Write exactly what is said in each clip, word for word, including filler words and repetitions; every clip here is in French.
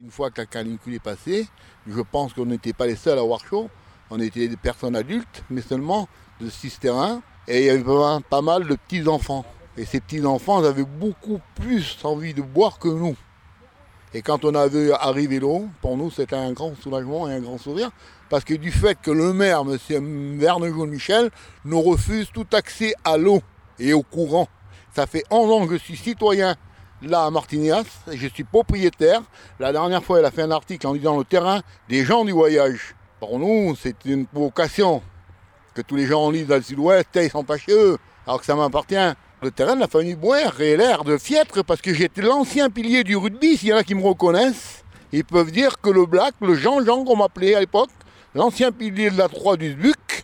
Une fois que la canicule est passée, je pense qu'on n'était pas les seuls à avoir chaud. On était des personnes adultes, mais seulement de six terrains. Et il y avait pas, pas mal de petits-enfants. Et ces petits-enfants avaient beaucoup plus envie de boire que nous. Et quand on a vu arriver l'eau, pour nous, c'était un grand soulagement et un grand sourire. Parce que du fait que le maire, M. Vernejean-Michel, nous refuse tout accès à l'eau et au courant. Ça fait onze ans que je suis citoyen là à Martignas, je suis propriétaire. La dernière fois, elle a fait un article en disant le terrain des gens du voyage. Pour nous, c'est une provocation. Que tous les gens en lisent dans le sud-ouest, ils sont pas chez eux, alors que ça m'appartient. Le terrain de la famille Boer est l'air de Fiêtre parce que j'étais l'ancien pilier du rugby. S'il y en a qui me reconnaissent, ils peuvent dire que le Black, le Jean-Jean qu'on m'appelait à l'époque, l'ancien pilier de la trois du Sbuc,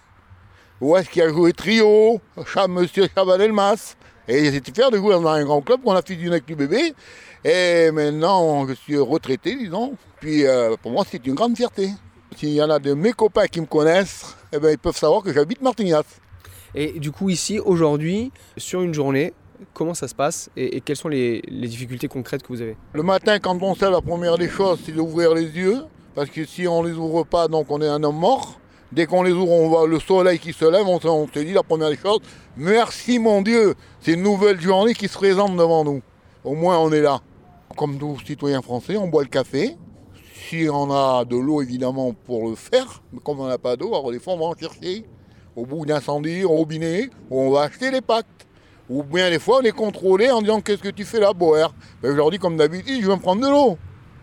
où est-ce qu'il a joué trio, Monsieur Chabanelmas. Et j'étais fier de jouer dans un grand club qu'on a fusionné avec du bébé. Et maintenant, je suis retraité, disons. Puis euh, pour moi, c'est une grande fierté. S'il y en a de mes copains qui me connaissent, eh ben, ils peuvent savoir que j'habite Martignas. Et du coup, ici, aujourd'hui, sur une journée, comment ça se passe et, et quelles sont les, les difficultés concrètes que vous avez? Le matin, quand on sait, la première des choses, c'est d'ouvrir les yeux. Parce que si on ne les ouvre pas, donc on est un homme mort. Dès qu'on les ouvre, on voit le soleil qui se lève, on se, on se dit la première des choses, merci mon Dieu, c'est une nouvelle journée qui se présente devant nous. Au moins on est là. Comme tous citoyens français, on boit le café. Si on a de l'eau évidemment pour le faire, mais comme on n'a pas d'eau, alors des fois on va en chercher. Au bout d'incendie, au robinet, on va acheter les pactes. Ou bien des fois on est contrôlé en disant qu'est-ce que tu fais là, Boer? Ben, je leur dis comme d'habitude, je vais me prendre de l'eau.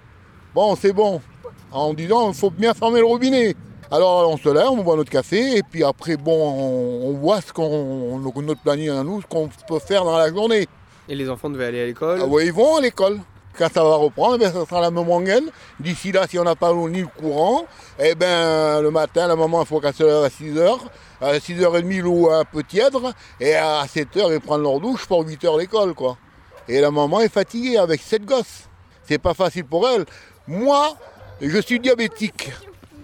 Bon, c'est bon. En disant il faut bien fermer le robinet. Alors on se lève, on boit notre café et puis après bon, on, on voit ce qu'on, notre planning à nous, ce qu'on peut faire dans la journée. Et les enfants devaient aller à l'école? Ah oui, ils vont à l'école. Quand ça va reprendre, eh bien, ça sera la même rengaine. D'ici là, si on n'a pas l'eau ni le courant, eh ben, le matin, la maman, il faut qu'elle se lève à six heures. À six heures trente, l'eau un peu tiède. Et à sept heures, ils prennent leur douche pour huit heures l'école, quoi. Et la maman est fatiguée avec sept gosses. C'est pas facile pour elle. Moi, je suis diabétique.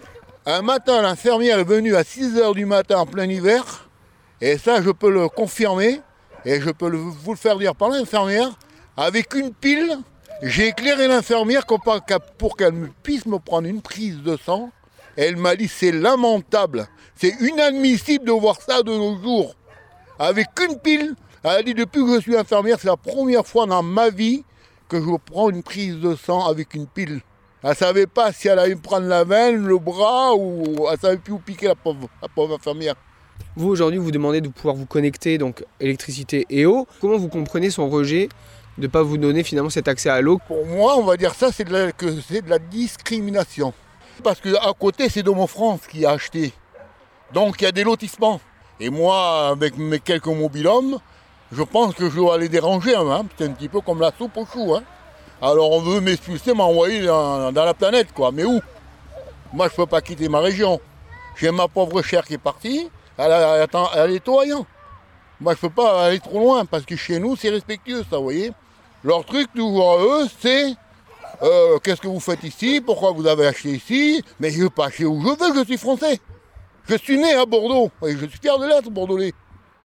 Un matin, l'infirmière est venue à six heures du matin en plein hiver. Et ça, je peux le confirmer. Et je peux le, vous le faire dire par l'infirmière. Avec une pile, j'ai éclairé l'infirmière pour qu'elle puisse me prendre une prise de sang. Et elle m'a dit, c'est lamentable. C'est inadmissible de voir ça de nos jours. Avec une pile, elle a dit, depuis que je suis infirmière, c'est la première fois dans ma vie que je prends une prise de sang avec une pile. Elle ne savait pas si elle allait me prendre la veine, le bras, ou elle ne savait plus où piquer la pauvre, la pauvre infirmière. Vous, aujourd'hui, vous demandez de pouvoir vous connecter, donc électricité et eau. Comment vous comprenez son rejet de ne pas vous donner finalement cet accès à l'eau? Pour moi, on va dire ça, c'est de la, que c'est de la discrimination. Parce qu'à côté, c'est Domo France qui a acheté. Donc il y a des lotissements. Et moi, avec mes quelques mobil-hommes, je pense que je dois les déranger. Hein. C'est un petit peu comme la soupe au chou. Hein. Alors on veut m'expulser, m'envoyer dans, dans la planète, quoi. Mais où? Moi, je ne peux pas quitter ma région. J'ai ma pauvre chère qui est partie, elle, elle, elle est toyant. Moi, je ne peux pas aller trop loin, parce que chez nous, c'est respectueux, ça, vous voyez. Leur truc, toujours à eux, c'est euh, qu'est-ce que vous faites ici? Pourquoi vous avez acheté ici? Mais je ne veux pas acheter où je veux, je suis français. Je suis né à Bordeaux, et je suis fier de l'être, bordelais.